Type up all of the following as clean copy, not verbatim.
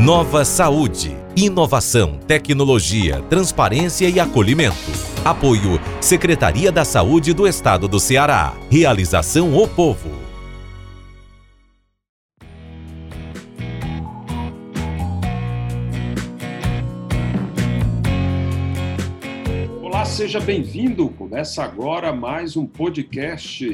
Nova Saúde. Inovação, tecnologia, transparência e acolhimento. Apoio Secretaria da Saúde do Estado do Ceará. Realização O Povo. Olá, seja bem-vindo. Começa agora mais um podcast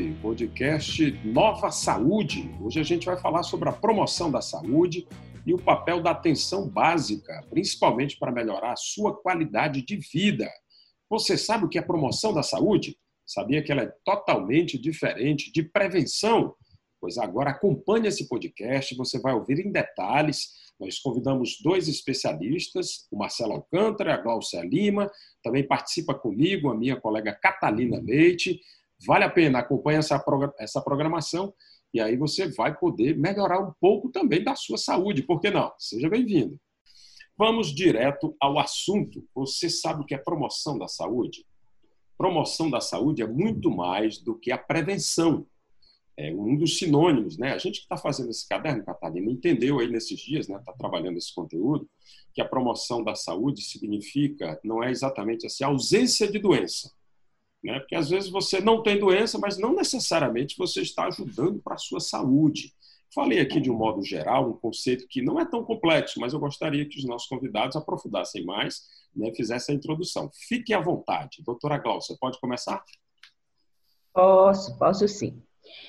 Nova Saúde. Hoje a gente vai falar sobre a promoção da saúde e o papel da atenção básica, principalmente para melhorar a sua qualidade de vida. Você sabe o que é promoção da saúde? Sabia que ela é totalmente diferente de prevenção? Pois agora acompanhe esse podcast, você vai ouvir em detalhes. Nós convidamos dois especialistas, o Marcelo Alcântara e a Glaucia Lima. Também participa comigo a minha colega Catalina Leite. Vale a pena, acompanhe essa programação e aí você vai poder melhorar um pouco também da sua saúde. Por que não? Seja bem-vindo. Vamos direto ao assunto. Você sabe o que é promoção da saúde? Promoção da saúde é muito mais do que a prevenção. É um dos sinônimos, né? A gente que está fazendo esse caderno, Catarina, entendeu aí nesses dias, né? Está trabalhando esse conteúdo, que a promoção da saúde significa, não é exatamente assim, ausência de doença, né? Porque às vezes você não tem doença, mas não necessariamente você está ajudando para a sua saúde. Falei aqui de um modo geral, um conceito que não é tão complexo, mas eu gostaria que os nossos convidados aprofundassem mais, né? Fizessem a introdução. Fique à vontade. Doutora Glaucia, pode começar? Posso sim.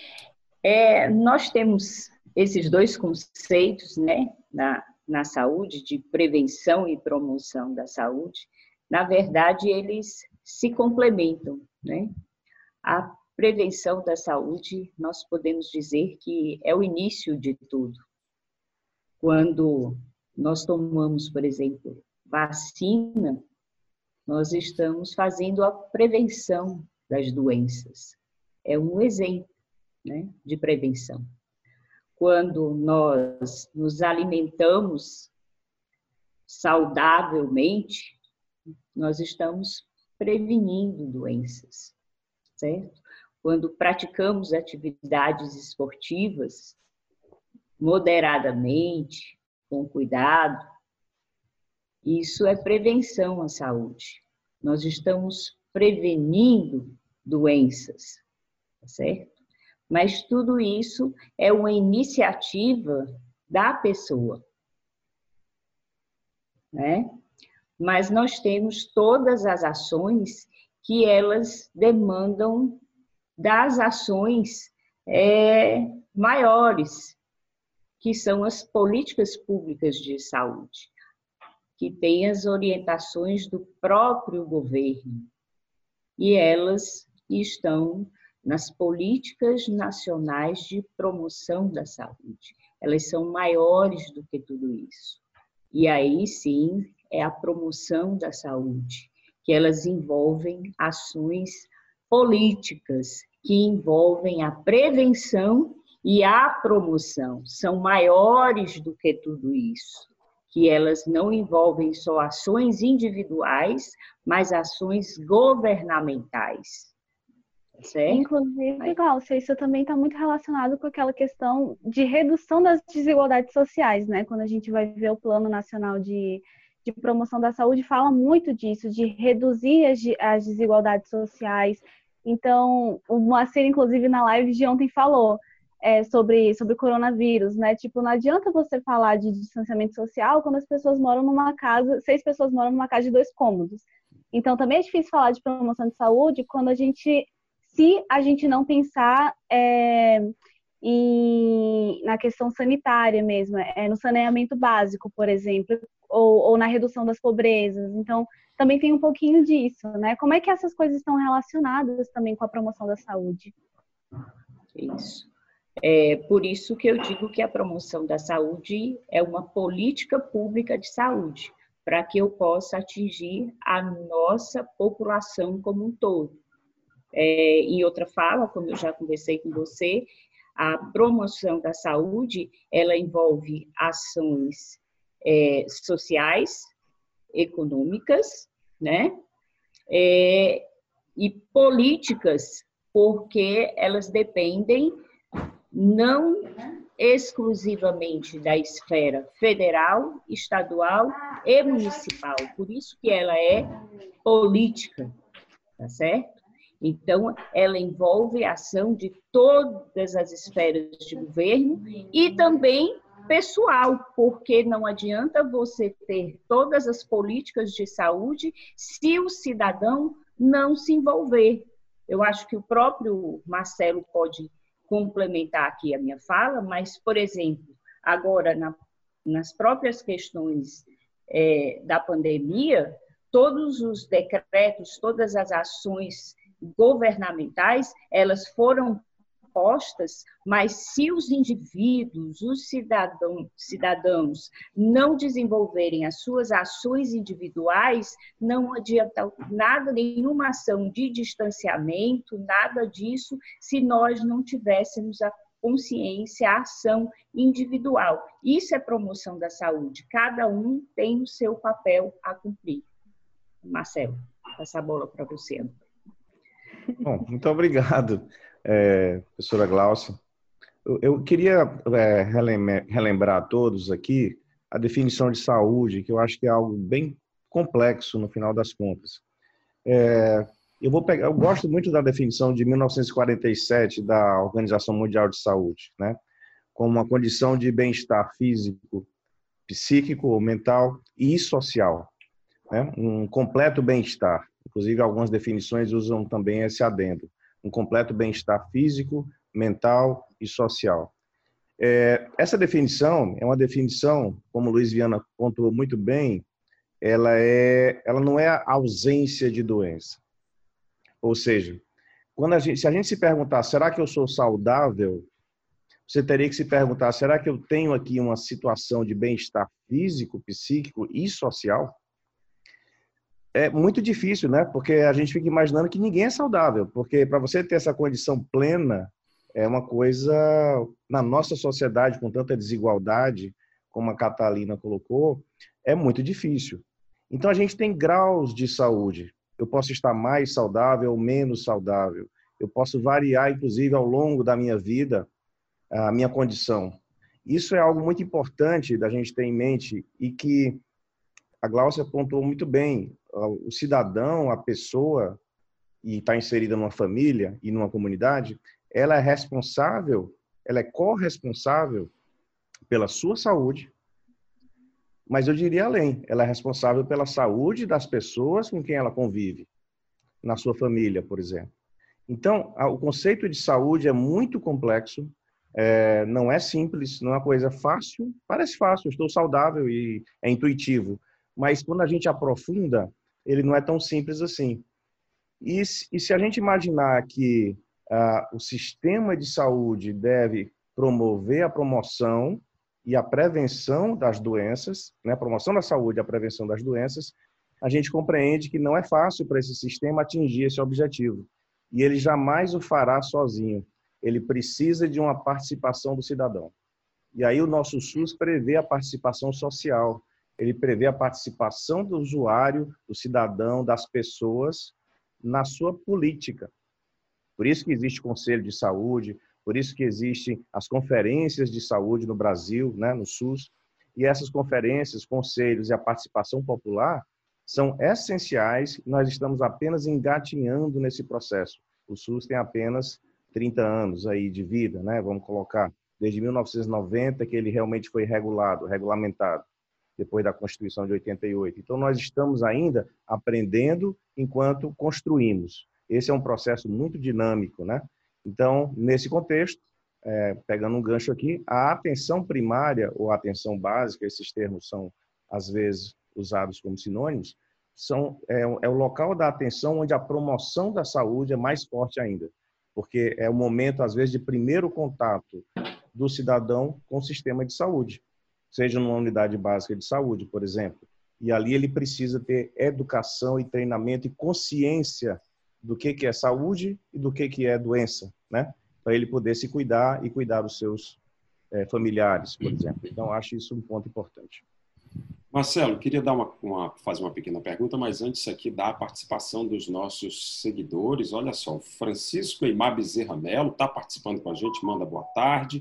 Nós temos esses dois conceitos, né, na saúde, de prevenção e promoção da saúde. Na verdade, eles se complementam, né? A prevenção da saúde, nós podemos dizer que é o início de tudo. Quando nós tomamos, por exemplo, vacina, nós estamos fazendo a prevenção das doenças. É um exemplo, né, de prevenção. Quando nós nos alimentamos saudavelmente, nós estamos prevenindo doenças, certo? Quando praticamos atividades esportivas moderadamente, com cuidado, isso é prevenção à saúde. Nós estamos prevenindo doenças, certo? Mas tudo isso é uma iniciativa da pessoa, né? Mas nós temos todas as ações que elas demandam das ações maiores, que são as políticas públicas de saúde, que têm as orientações do próprio governo, e elas estão nas políticas nacionais de promoção da saúde. Elas são maiores do que tudo isso. E aí, sim, é a promoção da saúde, que elas envolvem ações políticas, que envolvem a prevenção e a promoção. São maiores do que tudo isso, que elas não envolvem só ações individuais, mas ações governamentais. Certo? Inclusive, Glaucia, isso também está muito relacionado com aquela questão de redução das desigualdades sociais, né? Quando a gente vai ver o Plano Nacional de Promoção da Saúde, fala muito disso, de reduzir as desigualdades sociais. Então, o Moacir, inclusive, na live de ontem falou sobre o coronavírus, né? Tipo, não adianta você falar de distanciamento social quando as pessoas moram numa casa, 6 pessoas moram numa casa de 2 cômodos. Então, também é difícil falar de promoção de saúde se a gente não pensar na questão sanitária mesmo, no saneamento básico, por exemplo, ou na redução das pobrezas. Então, também tem um pouquinho disso, né? Como é que essas coisas estão relacionadas também com a promoção da saúde? Isso. Por isso que eu digo que a promoção da saúde é uma política pública de saúde, para que eu possa atingir a nossa população como um todo. Em outra fala, como eu já conversei com você, a promoção da saúde, ela envolve ações sociais, econômicas, né? E políticas, porque elas dependem não exclusivamente da esfera federal, estadual e municipal. Por isso que ela é política, tá certo? Então, ela envolve a ação de todas as esferas de governo e também pessoal, porque não adianta você ter todas as políticas de saúde se o cidadão não se envolver. Eu acho que o próprio Marcelo pode complementar aqui a minha fala, mas, por exemplo, agora nas próprias questões da pandemia, todos os decretos, todas as ações governamentais, elas foram postas, mas se os indivíduos, os cidadãos não desenvolverem as suas ações individuais, não adianta nada, nenhuma ação de distanciamento, nada disso, se nós não tivéssemos a consciência, a ação individual. Isso é promoção da saúde. Cada um tem o seu papel a cumprir. Marcelo, passa a bola para você. Bom, muito obrigado, professora Gláucia. Eu queria relembrar a todos aqui a definição de saúde, que eu acho que é algo bem complexo no final das contas. Eu gosto muito da definição de 1947 da Organização Mundial de Saúde, né? Como uma condição de bem-estar físico, psíquico, mental e social, né? Um completo bem-estar. Inclusive, algumas definições usam também esse adendo. Um completo bem-estar físico, mental e social. Essa definição é uma definição, como o Luiz Viana pontuou muito bem, ela não é a ausência de doença. Ou seja, se a gente se perguntar, será que eu sou saudável? Você teria que se perguntar, será que eu tenho aqui uma situação de bem-estar físico, psíquico e social? É muito difícil, né? Porque a gente fica imaginando que ninguém é saudável. Porque para você ter essa condição plena, é uma coisa, na nossa sociedade, com tanta desigualdade, como a Catalina colocou, é muito difícil. Então, a gente tem graus de saúde. Eu posso estar mais saudável ou menos saudável. Eu posso variar, inclusive, ao longo da minha vida, a minha condição. Isso é algo muito importante da gente ter em mente e que a Gláucia pontuou muito bem. O cidadão, a pessoa, e está inserida numa família e numa comunidade, ela é responsável, ela é corresponsável pela sua saúde, mas eu diria além, ela é responsável pela saúde das pessoas com quem ela convive, na sua família, por exemplo. Então, o conceito de saúde é muito complexo, não é simples, não é uma coisa fácil, parece fácil, eu estou saudável e é intuitivo, mas quando a gente aprofunda, ele não é tão simples assim. E se a gente imaginar que o sistema de saúde deve promover a promoção e a prevenção das doenças, né, a promoção da saúde e a prevenção das doenças, a gente compreende que não é fácil para esse sistema atingir esse objetivo. E ele jamais o fará sozinho. Ele precisa de uma participação do cidadão. E aí o nosso SUS prevê a participação social. Ele prevê a participação do usuário, do cidadão, das pessoas na sua política. Por isso que existe Conselho de Saúde, por isso que existem as conferências de saúde no Brasil, né, no SUS. E essas conferências, conselhos e a participação popular são essenciais. Nós estamos apenas engatinhando nesse processo. O SUS tem apenas 30 anos aí de vida, né? Vamos colocar, desde 1990 que ele realmente foi regulamentado, depois da Constituição de 88. Então, nós estamos ainda aprendendo enquanto construímos. Esse é um processo muito dinâmico, né? Então, nesse contexto, pegando um gancho aqui, a atenção primária ou atenção básica, esses termos são, às vezes, usados como sinônimos, é o local da atenção onde a promoção da saúde é mais forte ainda, porque é o momento, às vezes, de primeiro contato do cidadão com o sistema de saúde, seja numa unidade básica de saúde, por exemplo. E ali ele precisa ter educação e treinamento e consciência do que é saúde e do que é doença, né? Para ele poder se cuidar e cuidar dos seus familiares, por exemplo. Então, acho isso um ponto importante. Marcelo, queria fazer uma pequena pergunta, mas antes aqui da participação dos nossos seguidores. Olha só, o Francisco Eimar Bezerra Melo está participando com a gente, manda boa tarde.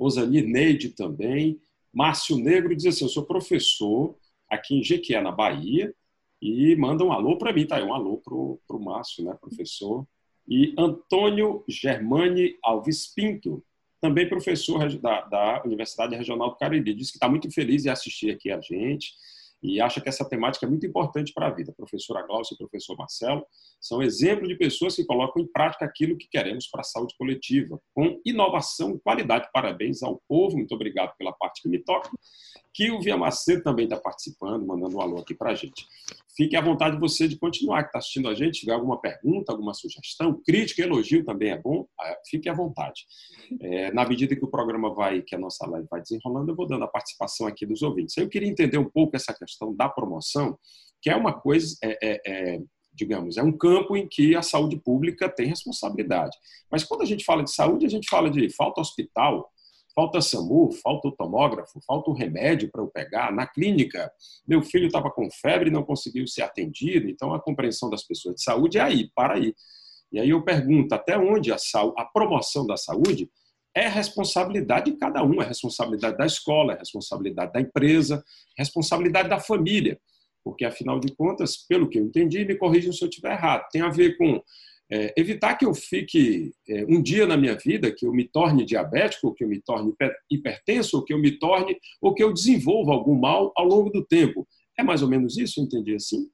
Osani Neide também. Márcio Negro diz assim, eu sou professor aqui em Jequié, na Bahia, e manda um alô para mim, tá aí, um alô para o Márcio, né, professor. E Antônio Germani Alves Pinto, também professor da Universidade Regional do Cariri, diz que está muito feliz em assistir aqui a gente e acha que essa temática é muito importante para a vida. A professora Glaucia e o professor Marcelo são exemplos de pessoas que colocam em prática aquilo que queremos para a saúde coletiva, com inovação e qualidade. Parabéns ao povo, muito obrigado pela parte que me toca. Kilvia Macedo também está participando, mandando um alô aqui para a gente. Fique à vontade você de continuar, que está assistindo a gente, tiver alguma pergunta, alguma sugestão, crítica, elogio também é bom, fique à vontade. Na medida que o programa que a nossa live vai desenrolando, eu vou dando a participação aqui dos ouvintes. Eu queria entender um pouco essa questão da promoção, que é uma coisa, digamos, é um campo em que a saúde pública tem responsabilidade. Mas quando a gente fala de saúde, a gente fala de falta hospital, falta SAMU, falta o tomógrafo, falta o remédio para eu pegar. Na clínica, meu filho estava com febre e não conseguiu ser atendido. Então, a compreensão das pessoas de saúde é aí, para aí. E aí eu pergunto, até onde a promoção da saúde é responsabilidade de cada um, é responsabilidade da escola, é responsabilidade da empresa, é responsabilidade da família. Porque, afinal de contas, pelo que eu entendi, me corrijam se eu estiver errado, tem a ver com evitar que eu fique um dia na minha vida, que eu me torne diabético, ou que eu me torne hipertenso, ou que eu me torne, ou que eu desenvolva algum mal ao longo do tempo. É mais ou menos isso? Eu entendi assim?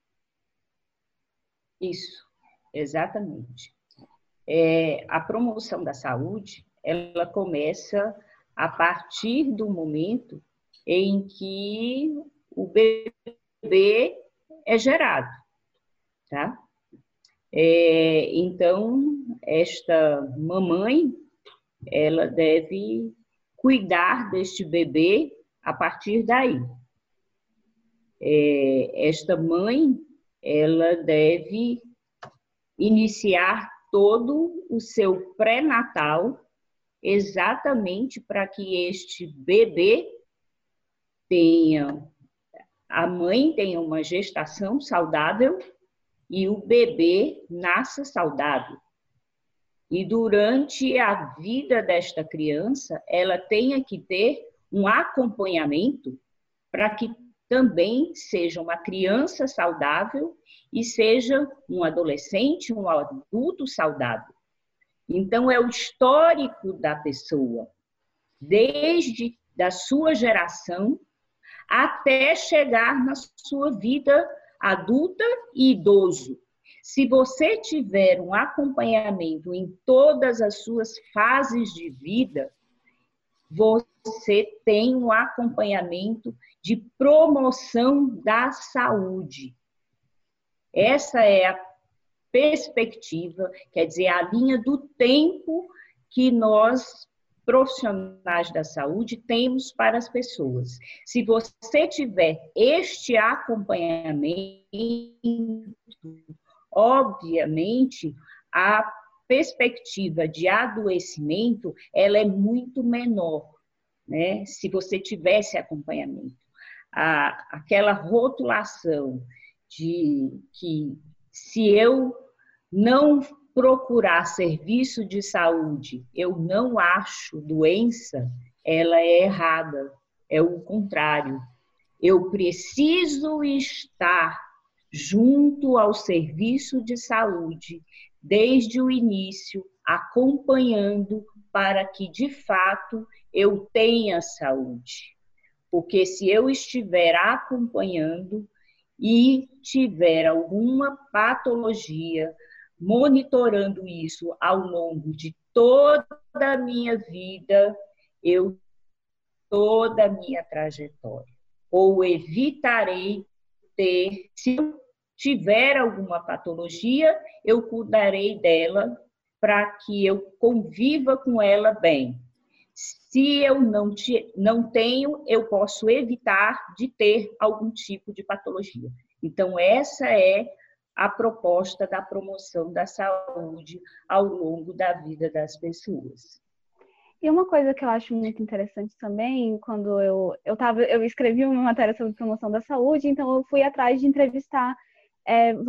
Isso, exatamente. A promoção da saúde, ela começa a partir do momento em que o bebê é gerado, tá? Então, esta mamãe, ela deve cuidar deste bebê a partir daí. Esta mãe, ela deve iniciar todo o seu pré-natal exatamente para que este bebê a mãe tenha uma gestação saudável e o bebê nasça saudável. E durante a vida desta criança, ela tenha que ter um acompanhamento para que também seja uma criança saudável e seja um adolescente, um adulto saudável. Então, é o histórico da pessoa, desde da sua geração até chegar na sua vida adulta e idoso. Se você tiver um acompanhamento em todas as suas fases de vida, você tem um acompanhamento de promoção da saúde. Essa é a perspectiva, quer dizer, a linha do tempo que nós, profissionais da saúde, temos para as pessoas. Se você tiver este acompanhamento, obviamente, a perspectiva de adoecimento, ela é muito menor, né? Se você tivesse acompanhamento. Aquela rotulação de que se eu não procurar serviço de saúde, eu não acho doença, ela é errada, é o contrário. Eu preciso estar junto ao serviço de saúde, desde o início, acompanhando para que, de fato, eu tenha saúde. Porque se eu estiver acompanhando e tiver alguma patologia, monitorando isso ao longo de toda a minha vida, toda a minha trajetória. Ou evitarei ter, se eu tiver alguma patologia, eu cuidarei dela para que eu conviva com ela bem. Se eu não tenho, eu posso evitar de ter algum tipo de patologia. Então, essa é a proposta da promoção da saúde ao longo da vida das pessoas. E uma coisa que eu acho muito interessante também, quando eu escrevi uma matéria sobre promoção da saúde, então eu fui atrás de entrevistar vários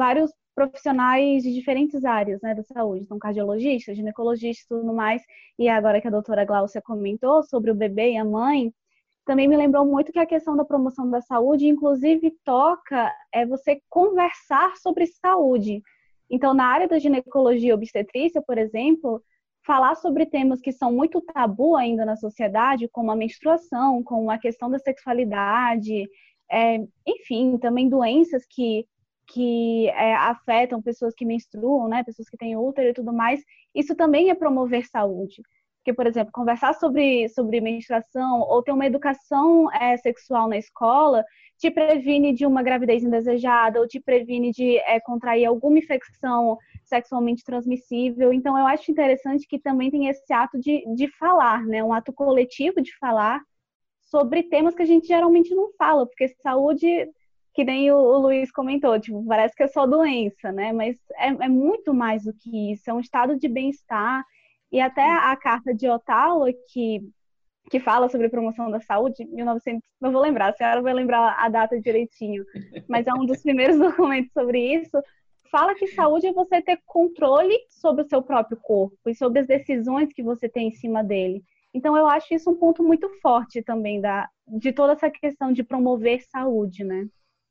profissionais de diferentes áreas, né, da saúde, então cardiologistas, ginecologistas e tudo mais, e agora que a doutora Gláucia comentou sobre o bebê e a mãe, também me lembrou muito que a questão da promoção da saúde, inclusive, toca você conversar sobre saúde. Então, na área da ginecologia e obstetrícia, por exemplo, falar sobre temas que são muito tabu ainda na sociedade, como a menstruação, como a questão da sexualidade, enfim, também doenças que afetam pessoas que menstruam, né, pessoas que têm útero e tudo mais, isso também é promover saúde. Porque, por exemplo, conversar sobre menstruação ou ter uma educação sexual na escola te previne de uma gravidez indesejada ou te previne de contrair alguma infecção sexualmente transmissível. Então, eu acho interessante que também tem esse ato de falar, né, um ato coletivo de falar sobre temas que a gente geralmente não fala, porque saúde, que nem o Luiz comentou, tipo, parece que é só doença, né? Mas é muito mais do que isso, é um estado de bem-estar. E até a Carta de Ottawa, que fala sobre promoção da saúde, 1900, não vou lembrar, a senhora vai lembrar a data direitinho, mas é um dos primeiros documentos sobre isso, fala que saúde é você ter controle sobre o seu próprio corpo e sobre as decisões que você tem em cima dele. Então, eu acho isso um ponto muito forte também de toda essa questão de promover saúde, né?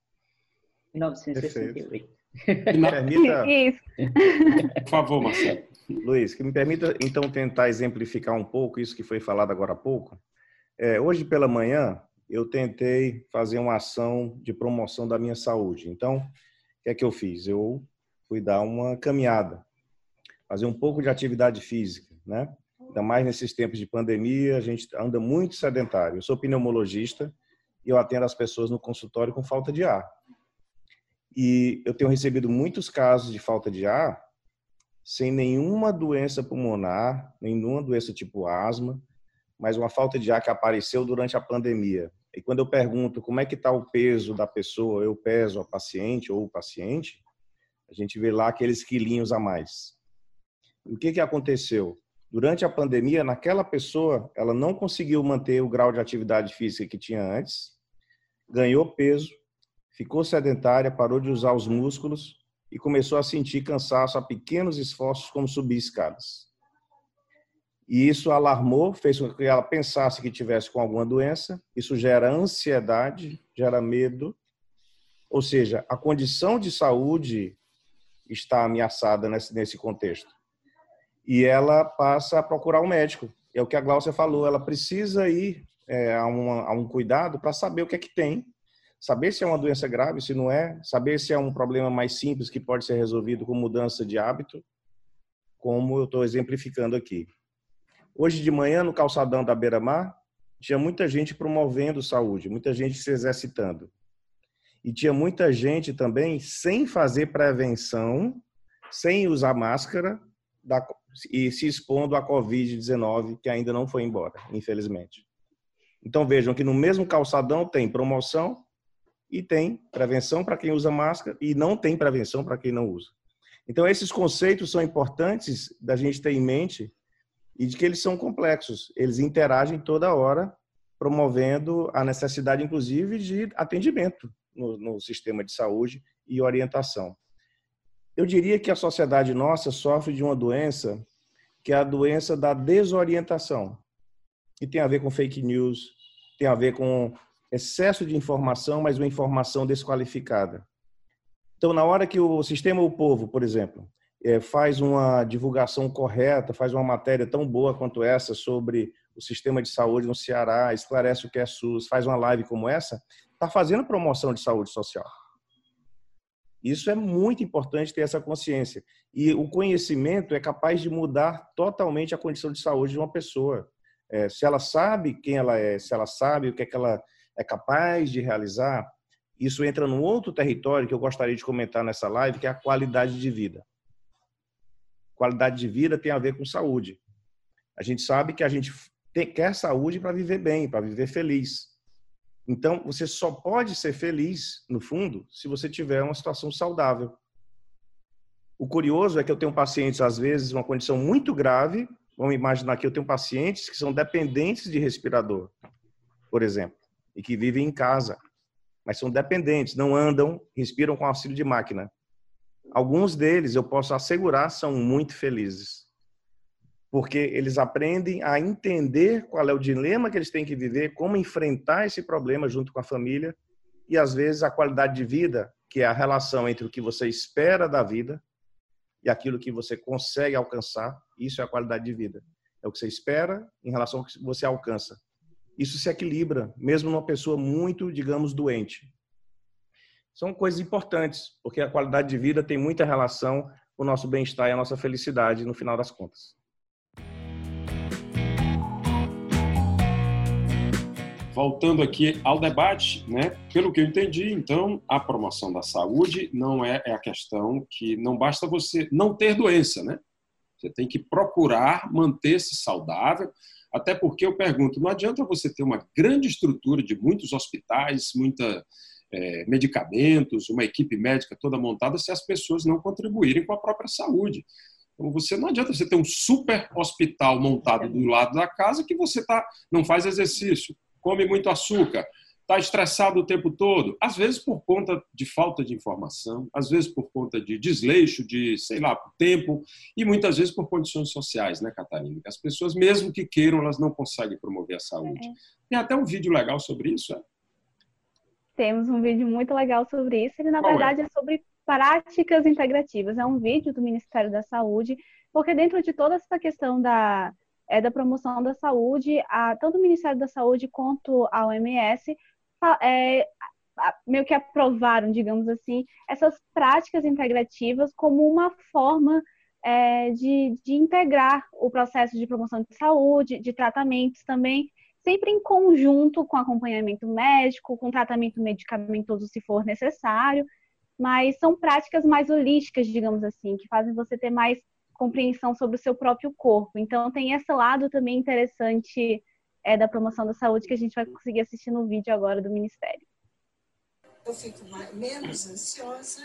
1968. Me permita... Isso. Por favor, Marcelo. Luiz, que me permita, então, tentar exemplificar um pouco isso que foi falado agora há pouco. Hoje pela manhã, eu tentei fazer uma ação de promoção da minha saúde. Então, o que é que eu fiz? Eu fui dar uma caminhada, fazer um pouco de atividade física, né? Ainda mais nesses tempos de pandemia, a gente anda muito sedentário. Eu sou pneumologista e eu atendo as pessoas no consultório com falta de ar. E eu tenho recebido muitos casos de falta de ar sem nenhuma doença pulmonar, nenhuma doença tipo asma, mas uma falta de ar que apareceu durante a pandemia. E quando eu pergunto como é que está o peso da pessoa, eu peso a paciente ou o paciente, a gente vê lá aqueles quilinhos a mais. E o que aconteceu? Durante a pandemia, naquela pessoa, ela não conseguiu manter o grau de atividade física que tinha antes, ganhou peso, ficou sedentária, parou de usar os músculos e começou a sentir cansaço a pequenos esforços, como subir escadas. E isso alarmou, fez com que ela pensasse que tivesse com alguma doença. Isso gera ansiedade, gera medo. Ou seja, a condição de saúde está ameaçada nesse contexto. E ela passa a procurar um médico. É o que a Gláucia falou, ela precisa ir a um cuidado para saber o que é que tem, saber se é uma doença grave, se não é, saber se é um problema mais simples que pode ser resolvido com mudança de hábito, como eu estou exemplificando aqui. Hoje de manhã, no calçadão da Beira-Mar, tinha muita gente promovendo saúde, muita gente se exercitando. E tinha muita gente também sem fazer prevenção, sem usar máscara e se expondo à Covid-19, que ainda não foi embora, infelizmente. Então vejam que no mesmo calçadão tem promoção e tem prevenção para quem usa máscara e não tem prevenção para quem não usa. Então esses conceitos são importantes da gente ter em mente e de que eles são complexos. Eles interagem toda hora, promovendo a necessidade, inclusive, de atendimento no sistema de saúde e orientação. Eu diria que a sociedade nossa sofre de uma doença que é a doença da desorientação, que tem a ver com fake news, tem a ver com excesso de informação, mas uma informação desqualificada. Então, na hora que o sistema O Povo, por exemplo, faz uma divulgação correta, faz uma matéria tão boa quanto essa sobre o sistema de saúde no Ceará, esclarece o que é SUS, faz uma live como essa, está fazendo promoção de saúde social. Isso é muito importante ter essa consciência. E o conhecimento é capaz de mudar totalmente a condição de saúde de uma pessoa. Se ela sabe quem ela é, se ela sabe o que é que ela é capaz de realizar, isso entra num outro território que eu gostaria de comentar nessa live, que é a qualidade de vida. Qualidade de vida tem a ver com saúde. A gente sabe que a gente quer saúde para viver bem, para viver feliz. Então, você só pode ser feliz, no fundo, se você tiver uma situação saudável. O curioso é que eu tenho pacientes, às vezes, uma condição muito grave. Vamos imaginar que eu tenho pacientes que são dependentes de respirador, por exemplo, e que vivem em casa, mas são dependentes, não andam, respiram com auxílio de máquina. Alguns deles, eu posso assegurar, são muito felizes. Porque eles aprendem a entender qual é o dilema que eles têm que viver, como enfrentar esse problema junto com a família e, às vezes, a qualidade de vida, que é a relação entre o que você espera da vida e aquilo que você consegue alcançar. Isso é a qualidade de vida. É o que você espera em relação ao que você alcança. Isso se equilibra, mesmo numa pessoa muito, digamos, doente. São coisas importantes, porque a qualidade de vida tem muita relação com o nosso bem-estar e a nossa felicidade, no final das contas. Voltando aqui ao debate, né? Pelo que eu entendi, então, a promoção da saúde não é a questão que não basta você não ter doença, né? Você tem que procurar manter-se saudável, até porque eu pergunto, não adianta você ter uma grande estrutura de muitos hospitais, medicamentos, uma equipe médica toda montada se as pessoas não contribuírem com a própria saúde. Então, não adianta você ter um super hospital montado do lado da casa que você não faz exercício, come muito açúcar, está estressado o tempo todo, às vezes por conta de falta de informação, às vezes por conta de desleixo, de, tempo, e muitas vezes por condições sociais, né, Catarina? As pessoas, mesmo que queiram, elas não conseguem promover a saúde. Tem até um vídeo legal sobre isso, é? Temos um vídeo muito legal sobre isso. Ele, na verdade, é sobre práticas integrativas. É um vídeo do Ministério da Saúde, porque dentro de toda essa questão da promoção da saúde, tanto o Ministério da Saúde quanto a OMS meio que aprovaram, digamos assim, essas práticas integrativas como uma forma de integrar o processo de promoção de saúde, de tratamentos também, sempre em conjunto com acompanhamento médico, com tratamento medicamentoso se for necessário, mas são práticas mais holísticas, digamos assim, que fazem você ter mais compreensão sobre o seu próprio corpo. Então, tem esse lado também interessante da promoção da saúde que a gente vai conseguir assistir no vídeo agora do Ministério. Eu fico menos ansiosa,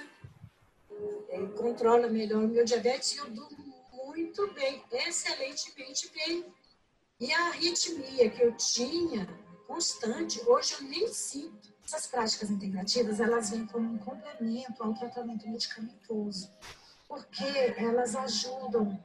controlo melhor o meu diabetes e eu durmo muito bem, excelentemente bem. E a arritmia que eu tinha constante, hoje eu nem sinto. Essas práticas integrativas, elas vêm como um complemento ao tratamento medicamentoso, porque elas ajudam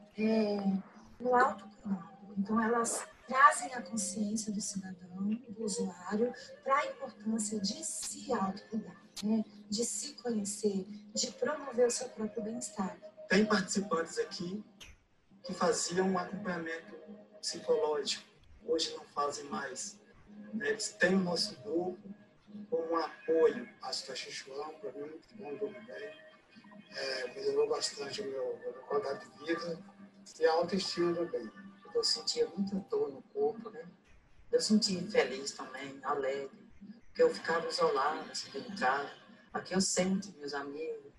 no autocuidado. Então, elas trazem a consciência do cidadão, do usuário, para a importância de se autocuidar, né? De se conhecer, de promover o seu próprio bem-estar. Tem participantes aqui que faziam um acompanhamento psicológico, hoje não fazem mais. Eles têm o nosso grupo como um apoio. A Taxa João, para mim, muito bom, dormir bem. Melhorou bastante a minha qualidade de vida e a autoestima também. Eu sentia muita dor no corpo, né? Eu sentia feliz também, alegre, porque eu ficava isolada, assim, em casa. Aqui eu sento meus amigos,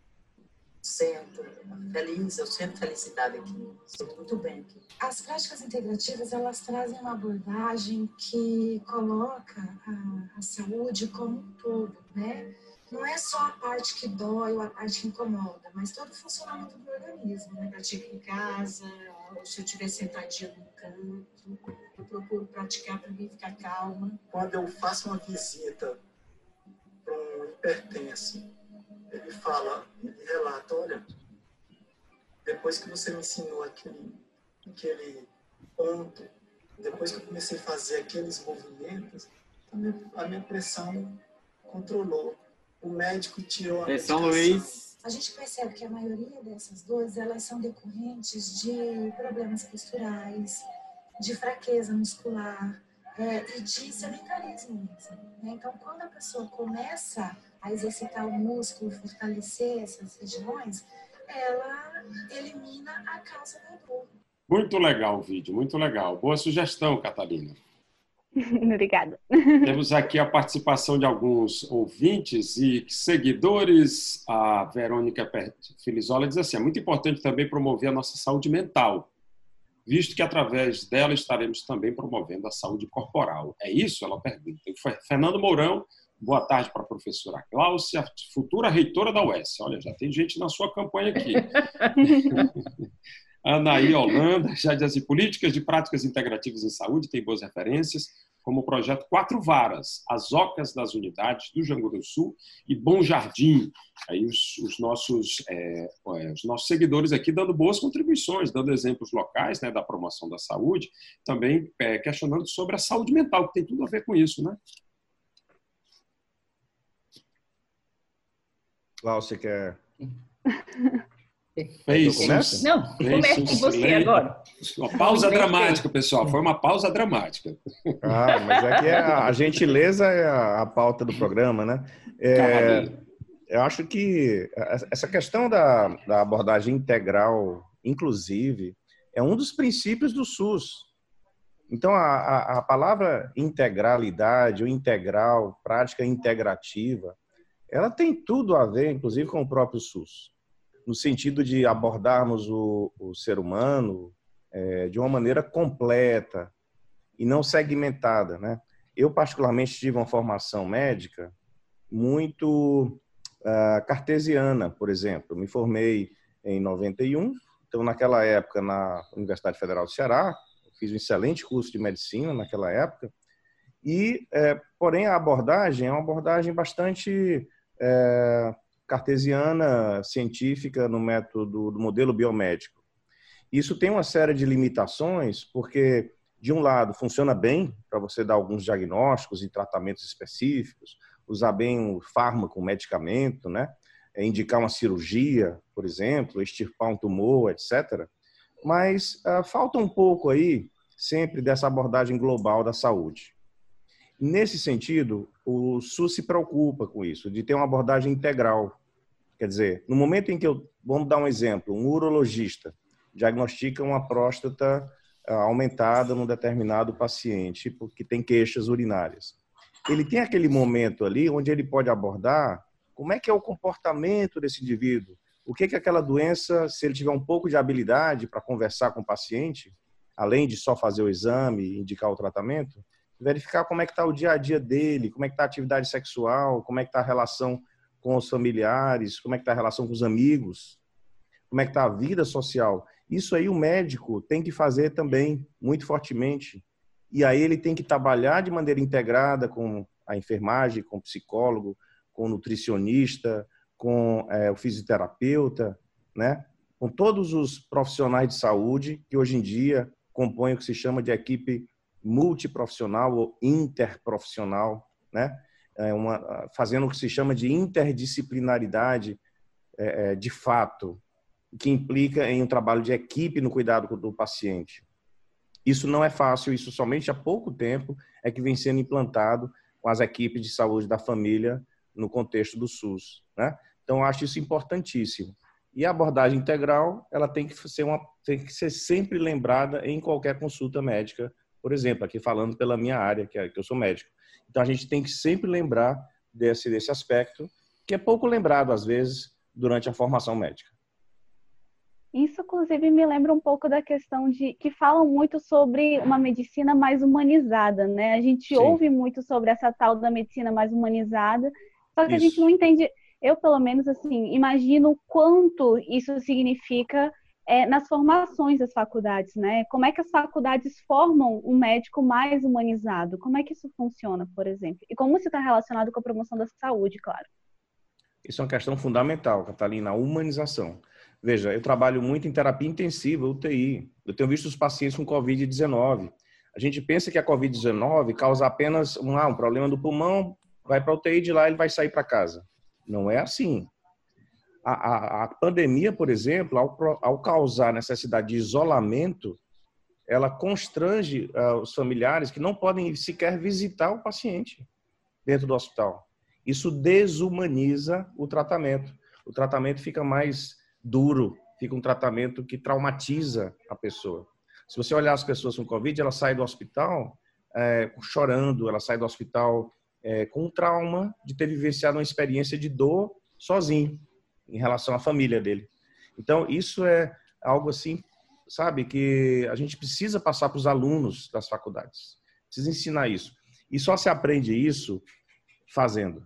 sento feliz, eu sinto felicidade aqui, sinto muito bem aqui. As práticas integrativas, elas trazem uma abordagem que coloca a saúde como um todo, né? Não é só a parte que dói ou a parte que incomoda, mas todo o funcionamento do organismo, né? Pratico em casa, ou se eu estiver sentadinha no canto, eu procuro praticar para mim ficar calma. Quando eu faço uma visita para um hipertenso, ele relata, olha, depois que você me ensinou aquele ponto, depois que eu comecei a fazer aqueles movimentos, a minha pressão controlou. O médico tirou a São Luís. A gente percebe que a maioria dessas dores, elas são decorrentes de problemas posturais, de fraqueza muscular e de sedentarismo mesmo, né? Então, quando a pessoa começa a exercitar o músculo, fortalecer essas regiões, ela elimina a causa da dor. Muito legal o vídeo, muito legal. Boa sugestão, Catarina. Obrigada. Temos aqui a participação de alguns ouvintes e seguidores. A Verônica Filizola diz assim, é muito importante também promover a nossa saúde mental, visto que através dela estaremos também promovendo a saúde corporal. É isso? Ela pergunta. Fernando Mourão, boa tarde para a professora Cláudia, futura reitora da UES. Olha, já tem gente na sua campanha aqui. Anaí Holanda, já diz assim, políticas de práticas integrativas em saúde, tem boas referências. como o projeto Quatro Varas, as ocas das unidades do Janguru Sul e Bom Jardim. Aí os nossos seguidores aqui dando boas contribuições, dando exemplos locais, né, da promoção da saúde, também questionando sobre a saúde mental, que tem tudo a ver com isso, né? Cláudio, você quer... Não, comece com você agora. Uma pausa dramática, pessoal. Foi uma pausa dramática. Mas é que a gentileza é a pauta do programa, né? Eu acho que essa questão da abordagem integral, inclusive, é um dos princípios do SUS. Então, a palavra integralidade ou integral, prática integrativa, ela tem tudo a ver, inclusive, com o próprio SUS, no sentido de abordarmos o ser humano de uma maneira completa e não segmentada, né? Eu, particularmente, tive uma formação médica muito cartesiana, por exemplo. Me formei em 91, então, naquela época, na Universidade Federal do Ceará, fiz um excelente curso de medicina naquela época, e, porém, a abordagem é uma abordagem bastante cartesiana, científica, no método do modelo biomédico. Isso tem uma série de limitações, porque, de um lado, funciona bem para você dar alguns diagnósticos e tratamentos específicos, usar bem o fármaco, o medicamento, né? Indicar uma cirurgia, por exemplo, extirpar um tumor, etc. Mas falta um pouco aí, sempre, dessa abordagem global da saúde. Nesse sentido, o SUS se preocupa com isso, de ter uma abordagem integral. Quer dizer, no momento em que vamos dar um exemplo, um urologista diagnostica uma próstata aumentada num determinado paciente que tem queixas urinárias. Ele tem aquele momento ali onde ele pode abordar como é que é o comportamento desse indivíduo, o que é aquela doença, se ele tiver um pouco de habilidade para conversar com o paciente, além de só fazer o exame e indicar o tratamento, verificar como é que está o dia a dia dele, como é que está a atividade sexual, como é que está a relação com os familiares, como é que está a relação com os amigos, como é que está a vida social. Isso aí o médico tem que fazer também, muito fortemente. E aí ele tem que trabalhar de maneira integrada com a enfermagem, com o psicólogo, com o nutricionista, com o fisioterapeuta, né? Com todos os profissionais de saúde que hoje em dia compõem o que se chama de equipe multiprofissional ou interprofissional, né? Fazendo o que se chama de interdisciplinaridade de fato, que implica em um trabalho de equipe no cuidado do paciente. Isso não é fácil, isso somente há pouco tempo é que vem sendo implantado com as equipes de saúde da família no contexto do SUS, né? Então, eu acho isso importantíssimo. E a abordagem integral, ela tem que ser sempre lembrada em qualquer consulta médica, por exemplo, aqui falando pela minha área, que eu sou médico. Então, a gente tem que sempre lembrar desse aspecto, que é pouco lembrado, às vezes, durante a formação médica. Isso, inclusive, me lembra um pouco da questão de que falam muito sobre uma medicina mais humanizada, né? A gente ouve muito sobre essa tal da medicina mais humanizada, só que a gente não entende. Eu, pelo menos, assim, imagino o quanto isso significa nas formações das faculdades, né? Como é que as faculdades formam um médico mais humanizado? Como é que isso funciona, por exemplo? E como isso está relacionado com a promoção da saúde, claro? Isso é uma questão fundamental, Catalina, a humanização. Veja, eu trabalho muito em terapia intensiva, UTI. Eu tenho visto os pacientes com Covid-19. A gente pensa que a Covid-19 causa apenas um problema do pulmão, vai para a UTI, de lá ele vai sair para casa. Não é assim. A pandemia, por exemplo, ao causar necessidade de isolamento, ela constrange os familiares que não podem sequer visitar o paciente dentro do hospital. Isso desumaniza o tratamento. O tratamento fica mais duro, fica um tratamento que traumatiza a pessoa. Se você olhar as pessoas com Covid, ela sai do hospital chorando, ela sai do hospital com um trauma de ter vivenciado uma experiência de dor sozinho, em relação à família dele. Então, isso é algo assim, sabe, que a gente precisa passar para os alunos das faculdades. Precisa ensinar isso. E só se aprende isso fazendo.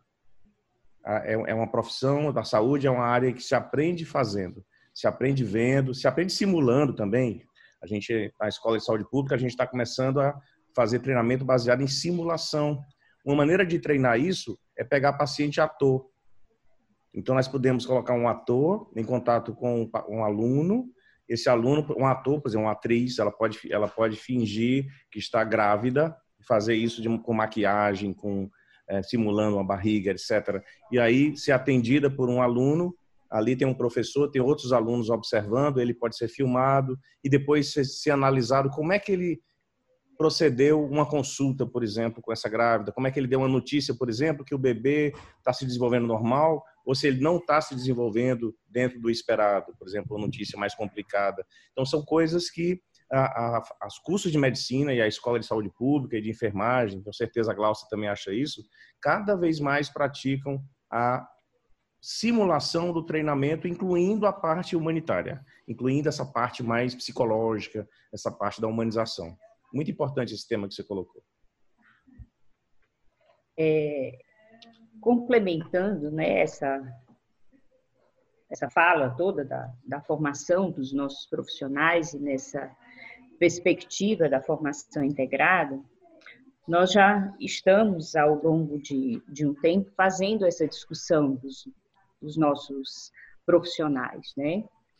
É uma profissão da saúde, é uma área que se aprende fazendo, se aprende vendo, se aprende simulando também. A gente, na Escola de Saúde Pública, a gente está começando a fazer treinamento baseado em simulação. Uma maneira de treinar isso é pegar paciente ator. Então, nós podemos colocar um ator em contato com um aluno. Esse aluno, um ator, por exemplo, uma atriz, ela pode fingir que está grávida, fazer isso com maquiagem, simulando uma barriga, etc. E aí, ser atendida por um aluno, ali tem um professor, tem outros alunos observando, ele pode ser filmado e depois ser analisado como é que ele procedeu uma consulta, por exemplo, com essa grávida, como é que ele deu uma notícia, por exemplo, que o bebê está se desenvolvendo normal, ou se ele não está se desenvolvendo dentro do esperado, por exemplo, uma notícia mais complicada. Então, são coisas que os cursos de medicina e a Escola de Saúde Pública e de enfermagem, com certeza a Glaucia também acha isso, cada vez mais praticam a simulação do treinamento, incluindo a parte humanitária, incluindo essa parte mais psicológica, essa parte da humanização. Muito importante esse tema que você colocou. Complementando, né, essa fala toda da formação dos nossos profissionais e nessa perspectiva da formação integrada, nós já estamos, ao longo de um tempo, fazendo essa discussão dos nossos profissionais, né?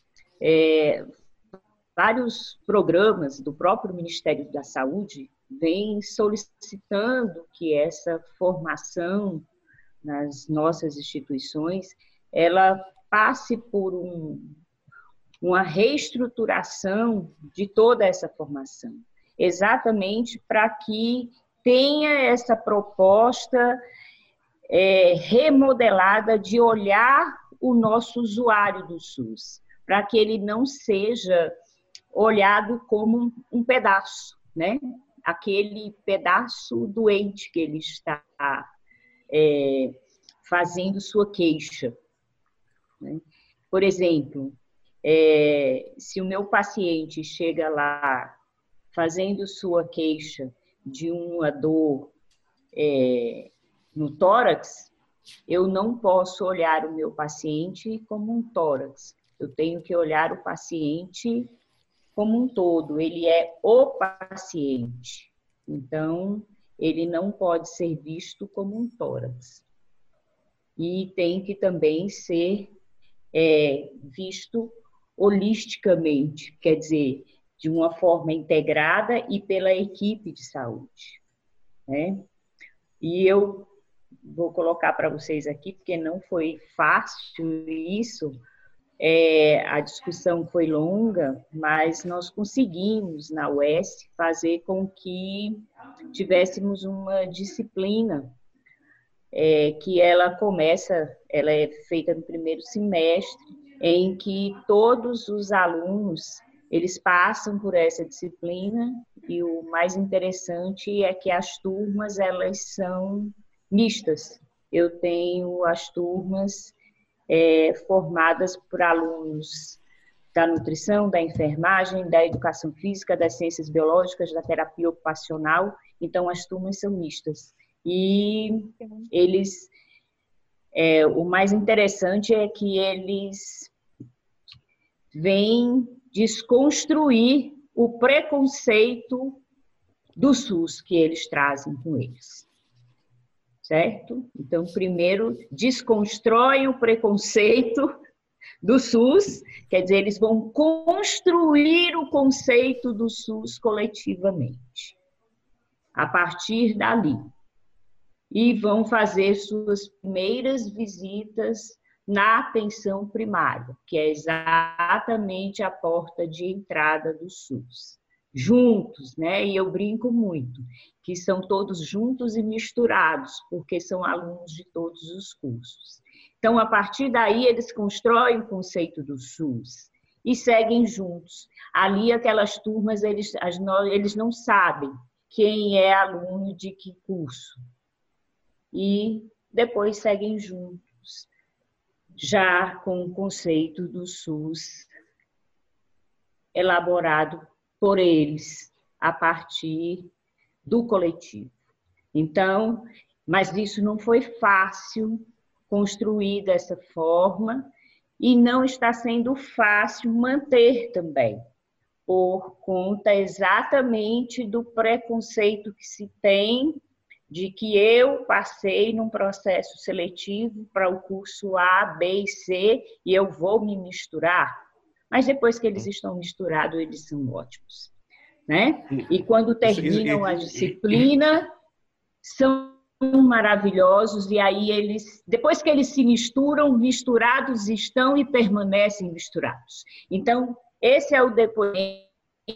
Vários programas do próprio Ministério da Saúde vêm solicitando que essa formação nas nossas instituições, ela passe por uma reestruturação de toda essa formação, exatamente para que tenha essa proposta remodelada de olhar o nosso usuário do SUS, para que ele não seja olhado como um pedaço, né? Aquele pedaço doente que ele está fazendo sua queixa, né? Por exemplo, se o meu paciente chega lá fazendo sua queixa de uma dor no tórax, eu não posso olhar o meu paciente como um tórax. Eu tenho que olhar o paciente como um todo. Ele é o paciente. Então, ele não pode ser visto como um tórax. E tem que também ser visto holisticamente, quer dizer, de uma forma integrada e pela equipe de saúde, né? E eu vou colocar para vocês aqui, porque não foi fácil isso, a discussão foi longa, mas nós conseguimos, na UES, fazer com que tivéssemos uma disciplina que ela é feita no primeiro semestre, em que todos os alunos, eles passam por essa disciplina, e o mais interessante é que as turmas, elas são mistas. Eu tenho as turmas formadas por alunos da nutrição, da enfermagem, da educação física, das ciências biológicas, da terapia ocupacional, então as turmas são mistas. E eles, o mais interessante é que eles vêm desconstruir o preconceito do SUS que eles trazem com eles. Certo? Então, primeiro, desconstroem o preconceito do SUS, quer dizer, eles vão construir o conceito do SUS coletivamente, a partir dali. E vão fazer suas primeiras visitas na atenção primária, que é exatamente a porta de entrada do SUS. Juntos, né? E eu brinco muito, que são todos juntos e misturados, porque são alunos de todos os cursos. Então, a partir daí, eles constroem o conceito do SUS e seguem juntos. Ali, aquelas turmas, eles não sabem quem é aluno de que curso. E depois seguem juntos, já com o conceito do SUS elaborado por eles, a partir do coletivo. Então, mas isso não foi fácil construir dessa forma e não está sendo fácil manter também, por conta exatamente do preconceito que se tem de que eu passei num processo seletivo para o curso A, B e C e eu vou me misturar. Mas depois que eles estão misturados, eles são ótimos, né? E quando terminam a disciplina, são maravilhosos, e aí eles, depois que eles se misturam, misturados estão e permanecem misturados. Então, esse é o depoimento